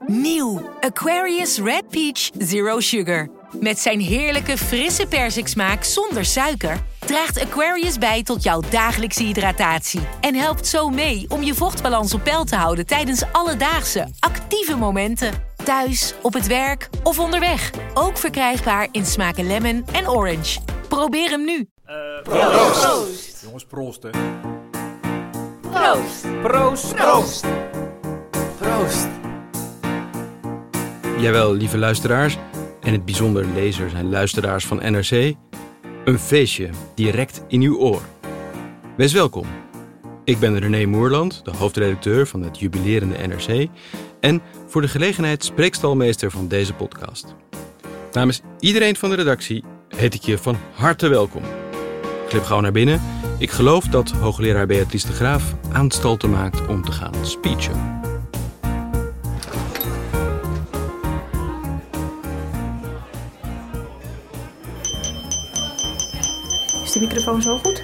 Nieuw Aquarius Red Peach Zero Sugar. Met zijn heerlijke frisse persiksmaak zonder suiker draagt Aquarius bij tot jouw dagelijkse hydratatie. En helpt zo mee om je vochtbalans op peil te houden tijdens alledaagse, actieve momenten. Thuis, op het werk of onderweg. Ook verkrijgbaar in smaken lemon en orange. Probeer hem nu. Proost. Jongens, proost hè. Proost. Proost. Proost. Proost. Jawel, lieve luisteraars, en in het bijzonder lezers en luisteraars van NRC, een feestje direct in uw oor. Wees welkom. Ik ben René Moerland, de hoofdredacteur van het jubilerende NRC en voor de gelegenheid spreekstalmeester van deze podcast. Namens iedereen van de redactie heet ik je van harte welkom. Glip gauw naar binnen. Ik geloof dat hoogleraar Beatrice de Graaf aanstalten maakt om te gaan speechen. Is de microfoon zo goed?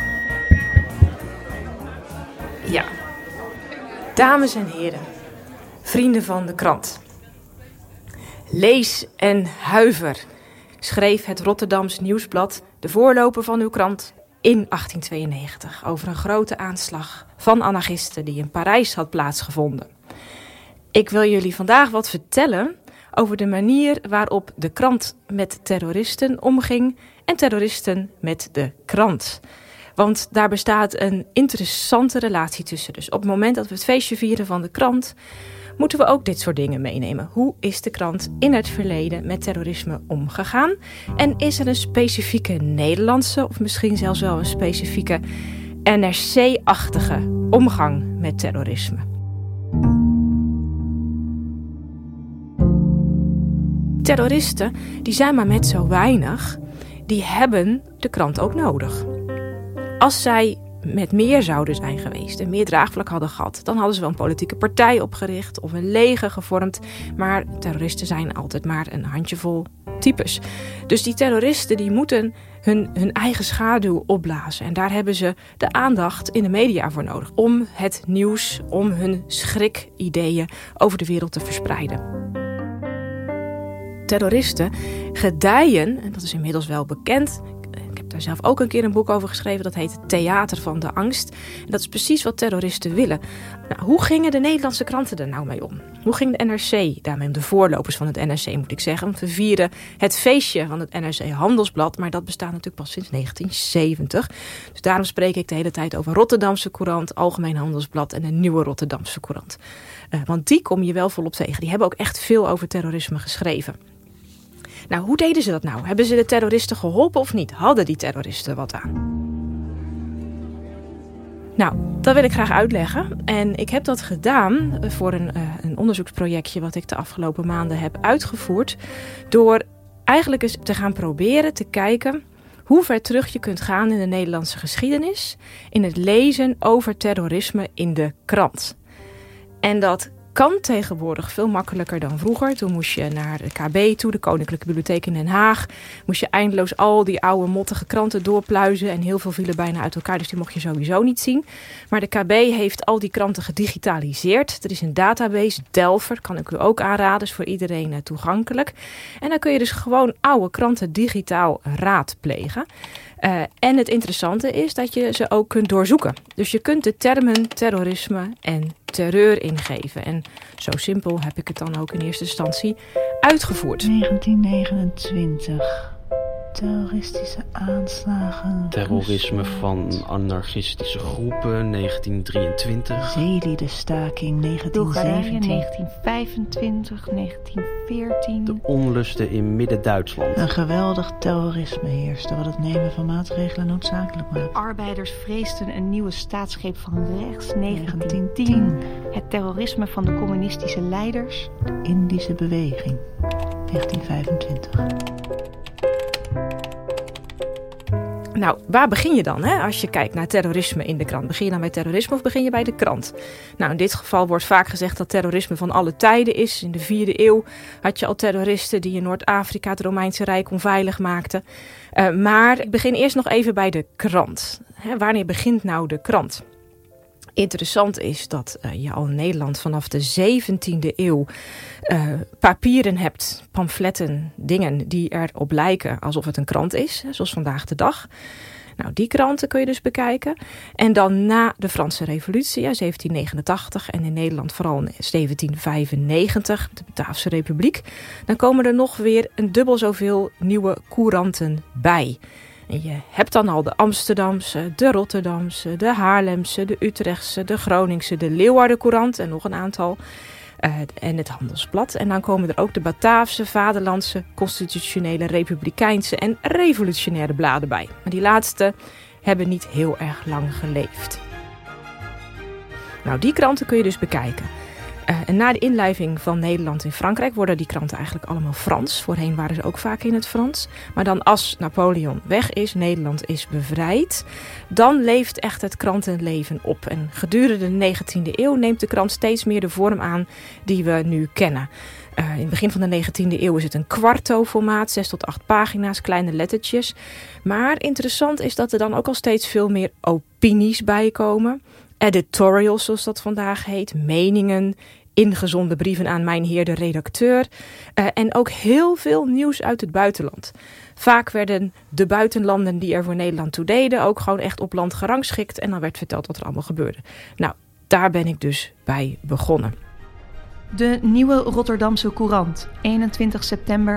Ja. Dames en heren, vrienden van de krant. Lees en huiver, schreef het Rotterdams Nieuwsblad, de voorloper van uw krant, in 1892 over een grote aanslag van anarchisten die in Parijs had plaatsgevonden. Ik wil jullie vandaag wat vertellen over de manier waarop de krant met terroristen omging en terroristen met de krant. Want daar bestaat een interessante relatie tussen. Dus op het moment dat we het feestje vieren van de krant, moeten we ook dit soort dingen meenemen. Hoe is de krant in het verleden met terrorisme omgegaan? En is er een specifieke Nederlandse of misschien zelfs wel een specifieke NRC-achtige omgang met terrorisme? Terroristen, die zijn maar met zo weinig, die hebben de krant ook nodig. Als zij met meer zouden zijn geweest en meer draagvlak hadden gehad, dan hadden ze wel een politieke partij opgericht of een leger gevormd. Maar terroristen zijn altijd maar een handjevol types. Dus die terroristen die moeten hun eigen schaduw opblazen. En daar hebben ze de aandacht in de media voor nodig. Om het nieuws, om hun schrikideeën over de wereld te verspreiden. Terroristen gedijen, en dat is inmiddels wel bekend. Ik heb daar zelf ook een keer een boek over geschreven. Dat heet Theater van de Angst. En dat is precies wat terroristen willen. Nou, hoe gingen de Nederlandse kranten er nou mee om? Hoe ging de NRC daarmee om? De voorlopers van het NRC moet ik zeggen. Want we vieren het feestje van het NRC Handelsblad. Maar dat bestaat natuurlijk pas sinds 1970. Dus daarom spreek ik de hele tijd over Rotterdamse Courant, Algemeen Handelsblad en de Nieuwe Rotterdamse Courant. Want die kom je wel volop tegen. Die hebben ook echt veel over terrorisme geschreven. Nou, hoe deden ze dat nou? Hebben ze de terroristen geholpen of niet? Hadden die terroristen wat aan? Nou, dat wil ik graag uitleggen. En ik heb dat gedaan voor een onderzoeksprojectje wat ik de afgelopen maanden heb uitgevoerd. Door eigenlijk eens te gaan proberen te kijken hoe ver terug je kunt gaan in de Nederlandse geschiedenis in het lezen over terrorisme in de krant. En dat kan tegenwoordig veel makkelijker dan vroeger. Toen moest je naar de KB toe, de Koninklijke Bibliotheek in Den Haag. Moest je eindeloos al die oude mottige kranten doorpluizen. En heel veel vielen bijna uit elkaar, dus die mocht je sowieso niet zien. Maar de KB heeft al die kranten gedigitaliseerd. Er is een database, Delver, kan ik u ook aanraden. Is voor iedereen toegankelijk. En dan kun je dus gewoon oude kranten digitaal raadplegen. En het interessante is dat je ze ook kunt doorzoeken. Dus je kunt de termen terrorisme en terreur ingeven. En zo simpel heb ik het dan ook in eerste instantie uitgevoerd. 1929. Terroristische aanslagen. Terrorisme van anarchistische groepen, 1923. Zeeliedestaking, 1917. 1925, 1914. De onlusten in Midden-Duitsland. Een geweldig terrorisme heerste, wat het nemen van maatregelen noodzakelijk maakt. Arbeiders vreesden een nieuwe staatsgreep van rechts, 1910. Het terrorisme van de communistische leiders. De Indische beweging, 1925. Nou, waar begin je dan als je kijkt naar terrorisme in de krant? Begin je dan bij terrorisme of begin je bij de krant? Nou, in dit geval wordt vaak gezegd dat terrorisme van alle tijden is. In de 4e eeuw had je al terroristen die in Noord-Afrika het Romeinse Rijk onveilig maakten. Maar ik begin eerst nog even bij de krant. Wanneer begint nou de krant? Interessant is dat je al in Nederland vanaf de 17e eeuw papieren hebt, pamfletten, dingen die erop lijken alsof het een krant is, zoals vandaag de dag. Nou, die kranten kun je dus bekijken. En dan na de Franse Revolutie, 1789 en in Nederland vooral in 1795, de Bataafse Republiek, dan komen er nog weer een dubbel zoveel nieuwe couranten bij. En je hebt dan al de Amsterdamse, de Rotterdamse, de Haarlemse, de Utrechtse, de Groningse, de Leeuwarden Courant en nog een aantal. En het Handelsblad. En dan komen er ook de Bataafse, Vaderlandse, Constitutionele, Republikeinse en Revolutionaire bladen bij. Maar die laatste hebben niet heel erg lang geleefd. Nou, die kranten kun je dus bekijken. En na de inlijving van Nederland in Frankrijk worden die kranten eigenlijk allemaal Frans. Voorheen waren ze ook vaak in het Frans. Maar dan als Napoleon weg is, Nederland is bevrijd, dan leeft echt het krantenleven op. En gedurende de 19e eeuw neemt de krant steeds meer de vorm aan die we nu kennen. In het begin van de 19e eeuw is het een kwarto-formaat, 6 tot 8 pagina's, kleine lettertjes. Maar interessant is dat er dan ook al steeds veel meer opinies bij komen. Editorials, zoals dat vandaag heet, meningen, ingezonden brieven aan mijn heer de redacteur. En ook heel veel nieuws uit het buitenland. Vaak werden de buitenlanden die er voor Nederland toe deden ook gewoon echt op land gerangschikt. En dan werd verteld wat er allemaal gebeurde. Nou, daar ben ik dus bij begonnen. De Nieuwe Rotterdamse Courant, 21 september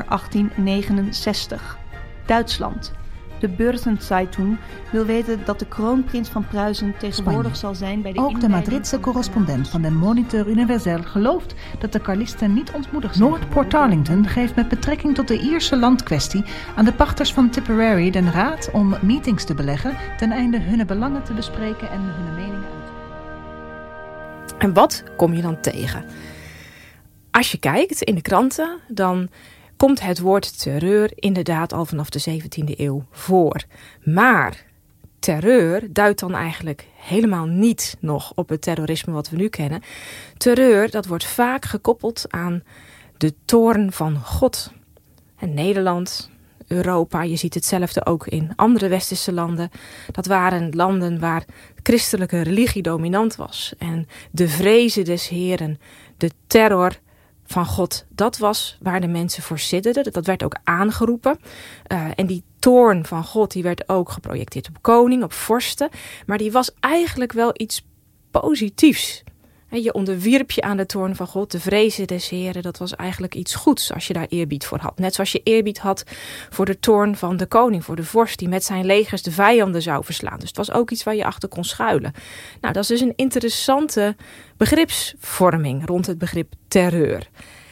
1869. Duitsland. De Börsenzeitung wil weten dat de kroonprins van Pruisen tegenwoordig zal zijn bij de Ook de Madridse correspondent van de Moniteur Universel gelooft dat de Carlisten niet ontmoedigd zijn. Noordport Darlington geeft met betrekking tot de Ierse landkwestie aan de pachters van Tipperary den raad om meetings te beleggen ten einde hun belangen te bespreken en hun meningen uit te brengen. En wat kom je dan tegen? Als je kijkt in de kranten, dan komt het woord terreur inderdaad al vanaf de 17e eeuw voor. Maar terreur duidt dan eigenlijk helemaal niet nog op het terrorisme wat we nu kennen. Terreur, dat wordt vaak gekoppeld aan de toorn van God. En Nederland, Europa, je ziet hetzelfde ook in andere westerse landen. Dat waren landen waar christelijke religie dominant was. En de vrezen des Heren, de terror van God, dat was waar de mensen voor sidderden. Dat werd ook aangeroepen. En die toorn van God, die werd ook geprojecteerd op koning, op vorsten. Maar die was eigenlijk wel iets positiefs. Je onderwierp je aan de toorn van God, de vrezen des Heren. Dat was eigenlijk iets goeds als je daar eerbied voor had. Net zoals je eerbied had voor de toorn van de koning, voor de vorst die met zijn legers de vijanden zou verslaan. Dus het was ook iets waar je achter kon schuilen. Nou, dat is dus een interessante begripsvorming rond het begrip terreur.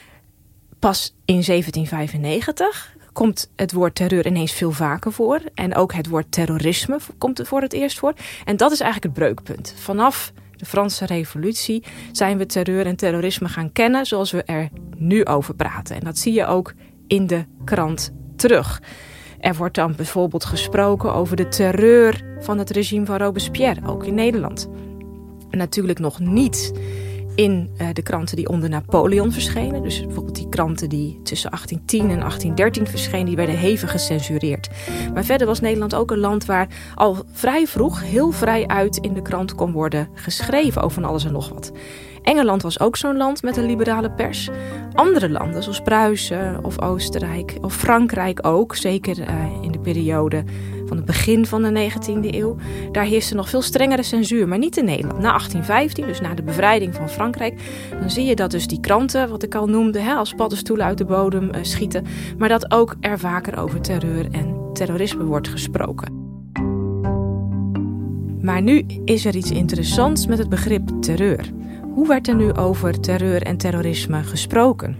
Pas in 1795 komt het woord terreur ineens veel vaker voor. En ook het woord terrorisme komt er voor het eerst voor. En dat is eigenlijk het breukpunt. Vanaf de Franse Revolutie zijn we terreur en terrorisme gaan kennen zoals we er nu over praten. En dat zie je ook in de krant terug. Er wordt dan bijvoorbeeld gesproken over de terreur van het regime van Robespierre, ook in Nederland. En natuurlijk nog niet in de kranten die onder Napoleon verschenen. Dus bijvoorbeeld die kranten die tussen 1810 en 1813 verschenen, die werden hevig gecensureerd. Maar verder was Nederland ook een land waar al vrij vroeg heel vrij uit in de krant kon worden geschreven over van alles en nog wat. Engeland was ook zo'n land met een liberale pers. Andere landen zoals Pruisen of Oostenrijk of Frankrijk ook, zeker in de periode van het begin van de 19e eeuw. Daar heerste nog veel strengere censuur, maar niet in Nederland. Na 1815, dus na de bevrijding van Frankrijk, dan zie je dat dus die kranten, wat ik al noemde, als paddenstoelen uit de bodem schieten. Maar dat ook er vaker over terreur en terrorisme wordt gesproken. Maar nu is er iets interessants met het begrip terreur. Hoe werd er nu over terreur en terrorisme gesproken?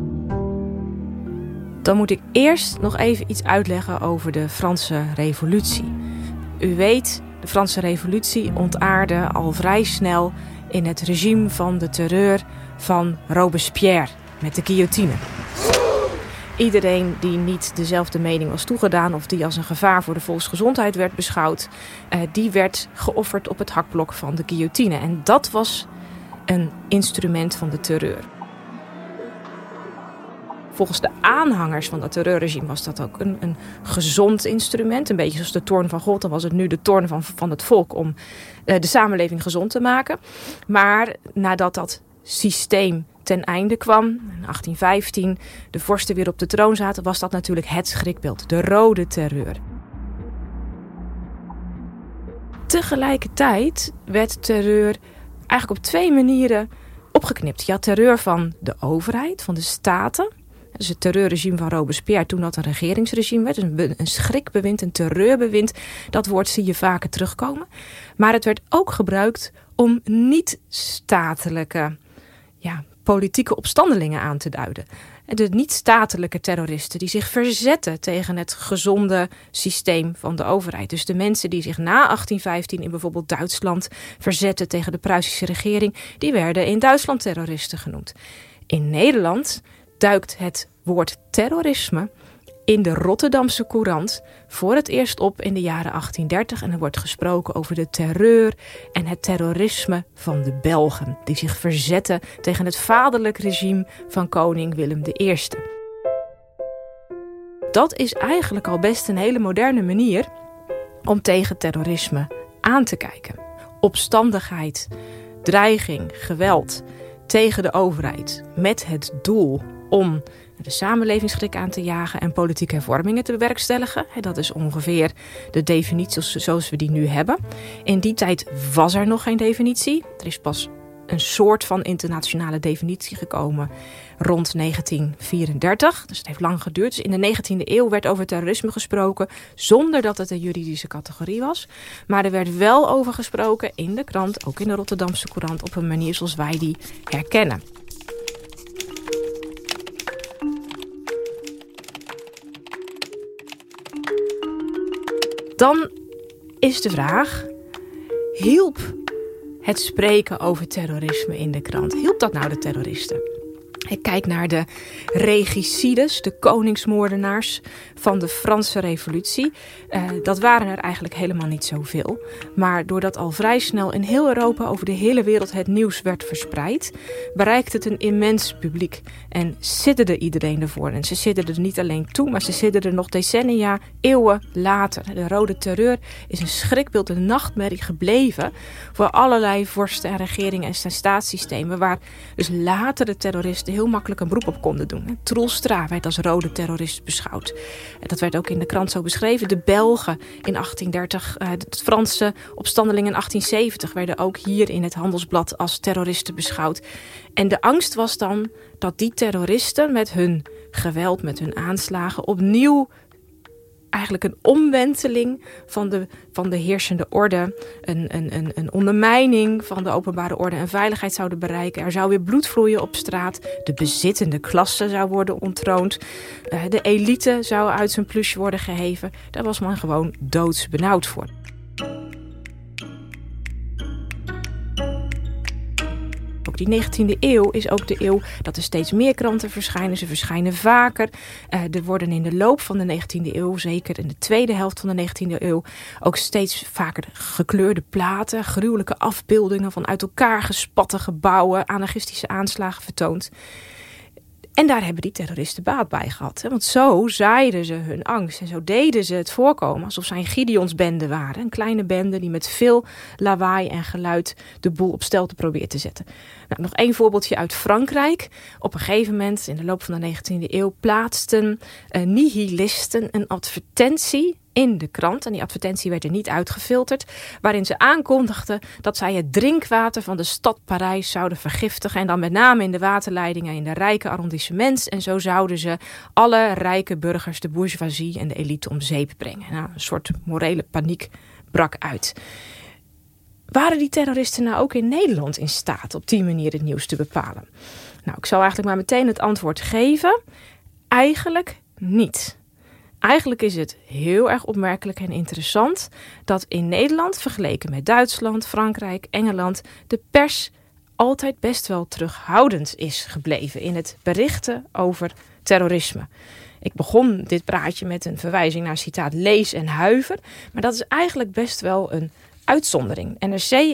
Dan moet ik eerst nog even iets uitleggen over de Franse Revolutie. U weet, de Franse Revolutie ontaarde al vrij snel in het regime van de terreur van Robespierre met de guillotine. Iedereen die niet dezelfde mening was toegedaan of die als een gevaar voor de volksgezondheid werd beschouwd, die werd geofferd op het hakblok van de guillotine. En dat was een instrument van de terreur. Volgens de aanhangers van dat terreurregime was dat ook een gezond instrument. Een beetje zoals de toorn van God. Dan was het nu de toorn van het volk om de samenleving gezond te maken. Maar nadat dat systeem ten einde kwam, in 1815, de vorsten weer op de troon zaten, was dat natuurlijk het schrikbeeld, de Rode Terreur. Tegelijkertijd werd terreur eigenlijk op 2 manieren opgeknipt. Je had terreur van de overheid, van de staten. Dus het terreurregime van Robespierre, toen dat een regeringsregime werd. Dus een schrikbewind, een terreurbewind. Dat woord zie je vaker terugkomen. Maar het werd ook gebruikt om niet-statelijke politieke opstandelingen aan te duiden. De niet-statelijke terroristen die zich verzetten tegen het gezonde systeem van de overheid. Dus de mensen die zich na 1815 in bijvoorbeeld Duitsland verzetten tegen de Pruisische regering, die werden in Duitsland terroristen genoemd. In Nederland duikt het woord terrorisme in de Rotterdamse Courant voor het eerst op in de jaren 1830. En er wordt gesproken over de terreur en het terrorisme van de Belgen, die zich verzetten tegen het vaderlijk regime van koning Willem I. Dat is eigenlijk al best een hele moderne manier om tegen terrorisme aan te kijken. Opstandigheid, dreiging, geweld tegen de overheid met het doel om de samenlevingsschrik aan te jagen en politieke hervormingen te bewerkstelligen. Dat is ongeveer de definitie zoals we die nu hebben. In die tijd was er nog geen definitie. Er is pas een soort van internationale definitie gekomen rond 1934. Dus het heeft lang geduurd. Dus in de 19e eeuw werd over terrorisme gesproken zonder dat het een juridische categorie was. Maar er werd wel over gesproken in de krant, ook in de Rotterdamse Courant, op een manier zoals wij die herkennen. Dan is de vraag, hielp het spreken over terrorisme in de krant? Hielp dat nou de terroristen? Ik kijk naar de regicides, de koningsmoordenaars van de Franse Revolutie. Dat waren er eigenlijk helemaal niet zoveel. Maar doordat al vrij snel in heel Europa over de hele wereld het nieuws werd verspreid, bereikte het een immens publiek. En sidderde iedereen ervoor. En ze sidderden er niet alleen toe, maar ze sidderden er nog decennia, eeuwen later. De Rode Terreur is een schrikbeeld, een nachtmerrie gebleven voor allerlei vorsten en regeringen en staatssystemen, waar dus later de terroristen heel makkelijk een beroep op konden doen. Troelstra werd als rode terrorist beschouwd. Dat werd ook in de krant zo beschreven. De Belgen in 1830, de Franse opstandelingen in 1870 werden ook hier in het Handelsblad als terroristen beschouwd. En de angst was dan dat die terroristen met hun geweld, met hun aanslagen, opnieuw eigenlijk een omwenteling van de heersende orde, een ondermijning van de openbare orde en veiligheid zouden bereiken. Er zou weer bloed vloeien op straat. De bezittende klasse zou worden ontroond. De elite zou uit zijn plusje worden geheven. Daar was men gewoon doodsbenauwd voor. Ook die 19e eeuw is ook de eeuw dat er steeds meer kranten verschijnen. Ze verschijnen vaker. Er worden in de loop van de 19e eeuw, zeker in de tweede helft van de 19e eeuw, ook steeds vaker gekleurde platen, gruwelijke afbeeldingen van uit elkaar gespatte gebouwen, anarchistische aanslagen vertoond. En daar hebben die terroristen baat bij gehad. Want zo zaaiden ze hun angst. En zo deden ze het voorkomen alsof zij een Gideonsbende waren. Een kleine bende die met veel lawaai en geluid de boel op stelte probeert te zetten. Nou, nog één voorbeeldje uit Frankrijk. Op een gegeven moment in de loop van de 19e eeuw plaatsten nihilisten een advertentie in de krant. En die advertentie werd er niet uitgefilterd. Waarin ze aankondigden dat zij het drinkwater van de stad Parijs zouden vergiftigen. En dan met name in de waterleidingen in de rijke arrondissements. En zo zouden ze alle rijke burgers, de bourgeoisie en de elite om zeep brengen. Nou, een soort morele paniek brak uit. Waren die terroristen nou ook in Nederland in staat op die manier het nieuws te bepalen? Nou, ik zal eigenlijk maar meteen het antwoord geven. Eigenlijk niet. Eigenlijk is het heel erg opmerkelijk en interessant dat in Nederland, vergeleken met Duitsland, Frankrijk, Engeland, de pers altijd best wel terughoudend is gebleven in het berichten over terrorisme. Ik begon dit praatje met een verwijzing naar citaat Lees en Huiver, maar dat is eigenlijk best wel een uitzondering. NRC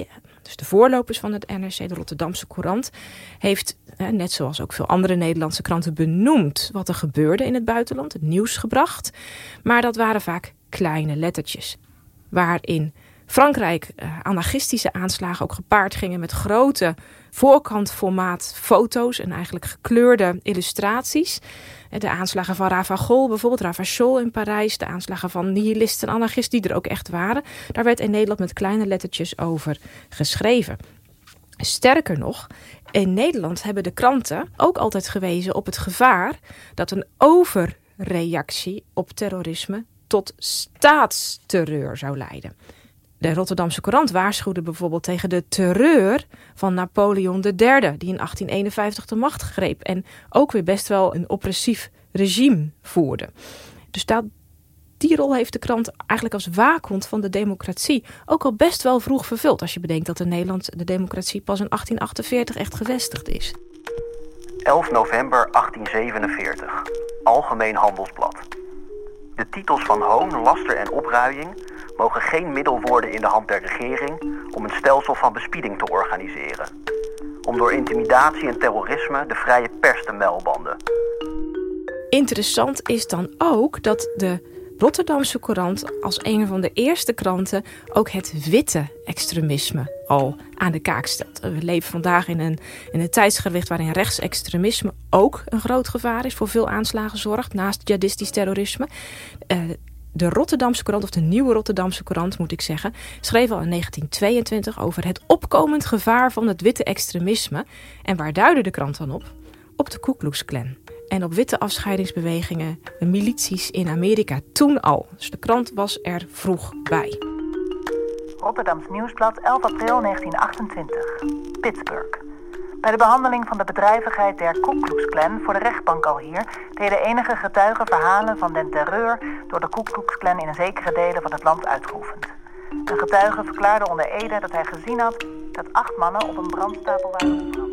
dus de voorlopers van het NRC, de Rotterdamse Courant, heeft, net zoals ook veel andere Nederlandse kranten, benoemd wat er gebeurde in het buitenland, het nieuws gebracht. Maar dat waren vaak kleine lettertjes, waarin Frankrijk anarchistische aanslagen ook gepaard gingen met grote voorkantformaat foto's en eigenlijk gekleurde illustraties. De aanslagen van Ravagol, bijvoorbeeld Ravachol in Parijs, de aanslagen van nihilisten en anarchisten die er ook echt waren. Daar werd in Nederland met kleine lettertjes over geschreven. Sterker nog, in Nederland hebben de kranten ook altijd gewezen op het gevaar dat een overreactie op terrorisme tot staatsterreur zou leiden. De Rotterdamse Courant waarschuwde bijvoorbeeld tegen de terreur van Napoleon III, die in 1851 de macht greep en ook weer best wel een oppressief regime voerde. Dus die rol heeft de krant eigenlijk als waakhond van de democratie ook al best wel vroeg vervuld, als je bedenkt dat in Nederland de democratie pas in 1848 echt gevestigd is. 11 november 1847. Algemeen Handelsblad. De titels van hoon, laster en opruiing mogen geen middel worden in de hand der regering om een stelsel van bespieding te organiseren. Om door intimidatie en terrorisme de vrije pers te muilbanden. Interessant is dan ook dat de Rotterdamse Courant als een van de eerste kranten ook het witte extremisme al aan de kaak stelt. We leven vandaag in een tijdsgewicht waarin rechtsextremisme ook een groot gevaar is, voor veel aanslagen zorgt, naast jihadistisch terrorisme. De Rotterdamse Courant, of de nieuwe Rotterdamse Courant moet ik zeggen, schreef al in 1922 over het opkomend gevaar van het witte extremisme. En waar duidde de krant dan op? Op de Ku Klux Klan. En op witte afscheidingsbewegingen, milities in Amerika toen al. Dus de krant was er vroeg bij. Rotterdams Nieuwsblad, 11 april 1928. Pittsburgh. Bij de behandeling van de bedrijvigheid der Ku Klux Klan voor de rechtbank al hier deden enige getuigen verhalen van den terreur door de Ku Klux Klan in zekere delen van het land uitgeoefend. Een getuige verklaarde onder ede dat hij gezien had dat 8 mannen op een brandstapel waren gebrand.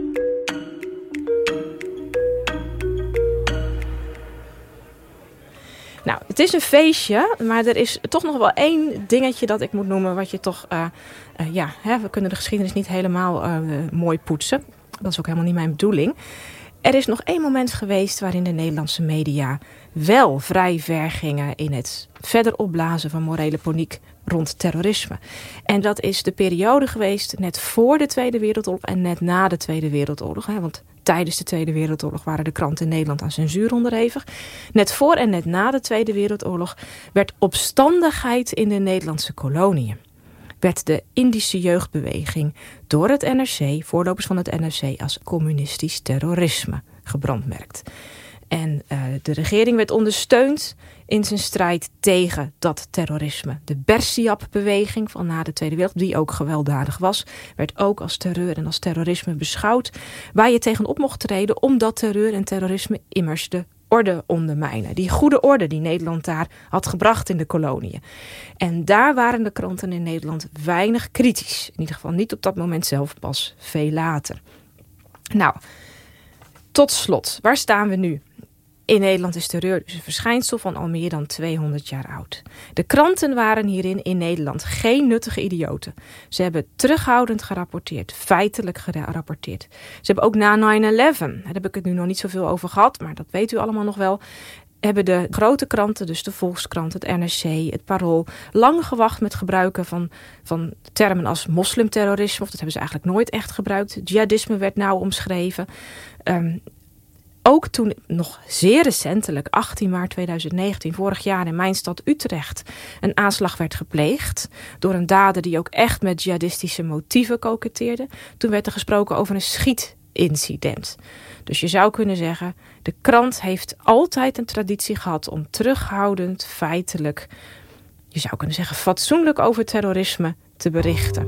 Nou, het is een feestje, maar er is toch nog wel één dingetje dat ik moet noemen, wat je toch, we kunnen de geschiedenis niet helemaal mooi poetsen. Dat is ook helemaal niet mijn bedoeling. Er is nog één moment geweest waarin de Nederlandse media wel vrij ver gingen in het verder opblazen van morele paniek rond terrorisme. En dat is de periode geweest net voor de Tweede Wereldoorlog en net na de Tweede Wereldoorlog. Want tijdens de Tweede Wereldoorlog waren de kranten in Nederland aan censuur onderhevig. Net voor en net na de Tweede Wereldoorlog werd opstandigheid in de Nederlandse koloniën. Werd de Indische jeugdbeweging door het NRC, voorlopers van het NRC, als communistisch terrorisme gebrandmerkt. En de regering werd ondersteund in zijn strijd tegen dat terrorisme. De Bersiap-beweging van na de Tweede Wereldoorlog, die ook gewelddadig was, werd ook als terreur en als terrorisme beschouwd, waar je tegenop mocht treden omdat terreur en terrorisme immers de orde ondermijnen. Die goede orde die Nederland daar had gebracht in de koloniën. En daar waren de kranten in Nederland weinig kritisch. In ieder geval niet op dat moment zelf, pas veel later. Nou, tot slot, waar staan we nu? In Nederland is terreur dus een verschijnsel van al meer dan 200 jaar oud. De kranten waren hierin in Nederland geen nuttige idioten. Ze hebben terughoudend gerapporteerd, feitelijk gerapporteerd. Ze hebben ook na 9/11, daar heb ik het nu nog niet zoveel over gehad, maar dat weet u allemaal nog wel, hebben de grote kranten, dus de Volkskrant, het NRC, het Parool, lang gewacht met gebruiken van termen als moslimterrorisme, of dat hebben ze eigenlijk nooit echt gebruikt. Jihadisme werd nauw omschreven. Ook toen nog zeer recentelijk, 18 maart 2019, vorig jaar in mijn stad Utrecht, een aanslag werd gepleegd door een dader die ook echt met jihadistische motieven koketteerde. Toen werd er gesproken over een schietincident. Dus je zou kunnen zeggen, de krant heeft altijd een traditie gehad om terughoudend, feitelijk, je zou kunnen zeggen fatsoenlijk over terrorisme te berichten.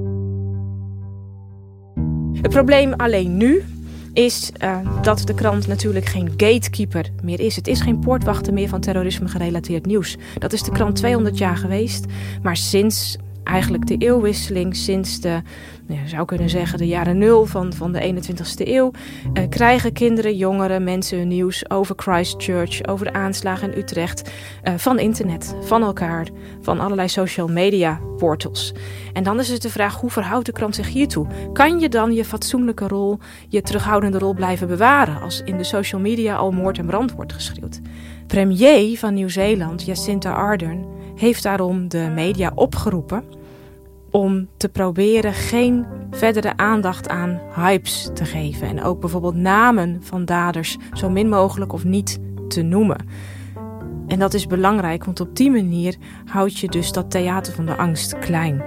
Het probleem alleen nu is dat de krant natuurlijk geen gatekeeper meer is. Het is geen poortwachter meer van terrorisme-gerelateerd nieuws. Dat is de krant 200 jaar geweest. Maar sinds eigenlijk de eeuwwisseling sinds de, je zou kunnen zeggen, de jaren 0 van de 21ste eeuw, krijgen kinderen, jongeren, mensen hun nieuws over Christchurch, over de aanslagen in Utrecht, van internet, van elkaar, van allerlei social media portals. En dan is het de vraag, hoe verhoudt de krant zich hiertoe? Kan je dan je fatsoenlijke rol, je terughoudende rol blijven bewaren als in de social media al moord en brand wordt geschreeuwd? Premier van Nieuw-Zeeland, Jacinda Ardern, heeft daarom de media opgeroepen om te proberen geen verdere aandacht aan hypes te geven. En ook bijvoorbeeld namen van daders zo min mogelijk of niet te noemen. En dat is belangrijk, want op die manier houd je dus dat theater van de angst klein.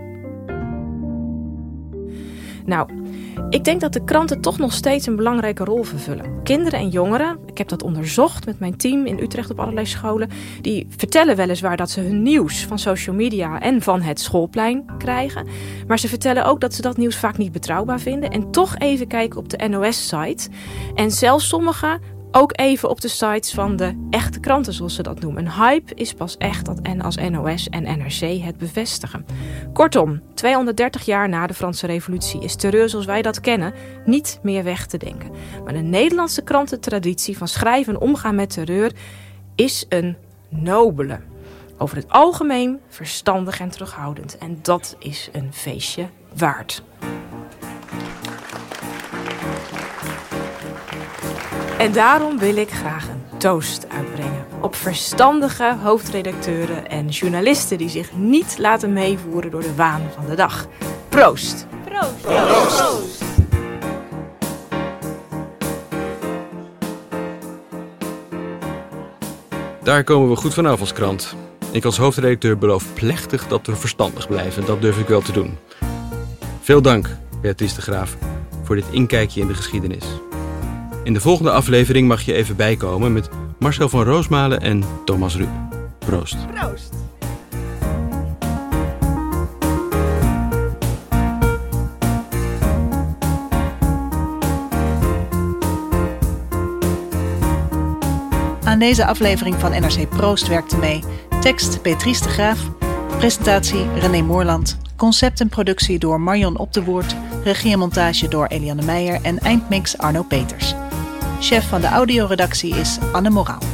Nou, ik denk dat de kranten toch nog steeds een belangrijke rol vervullen. Kinderen en jongeren, ik heb dat onderzocht met mijn team in Utrecht op allerlei scholen, die vertellen weliswaar dat ze hun nieuws van social media en van het schoolplein krijgen. Maar ze vertellen ook dat ze dat nieuws vaak niet betrouwbaar vinden en toch even kijken op de NOS-site. En zelfs sommigen ook even op de sites van de echte kranten, zoals ze dat noemen. Een hype is pas echt als NOS en NRC het bevestigen. Kortom, 230 jaar na de Franse Revolutie is terreur zoals wij dat kennen niet meer weg te denken. Maar de Nederlandse krantentraditie van schrijven en omgaan met terreur is een nobele. Over het algemeen verstandig en terughoudend. En dat is een feestje waard. En daarom wil ik graag een toast uitbrengen op verstandige hoofdredacteuren en journalisten die zich niet laten meevoeren door de waan van de dag. Proost! Proost! Proost! Daar komen we goed vanaf als krant. Ik als hoofdredacteur beloof plechtig dat we verstandig blijven. Dat durf ik wel te doen. Veel dank, Beatrice de Graaf, voor dit inkijkje in de geschiedenis. In de volgende aflevering mag je even bijkomen met Marcel van Roosmalen en Thomas Rup. Proost. Proost. Aan deze aflevering van NRC Proost werkte mee tekst Beatrice de Graaf, presentatie René Moorland, concept en productie door Marion Op de Woerd, regie en montage door Eliane Meijer en eindmix Arno Peters. Chef van de audioredactie is Anne Moraal.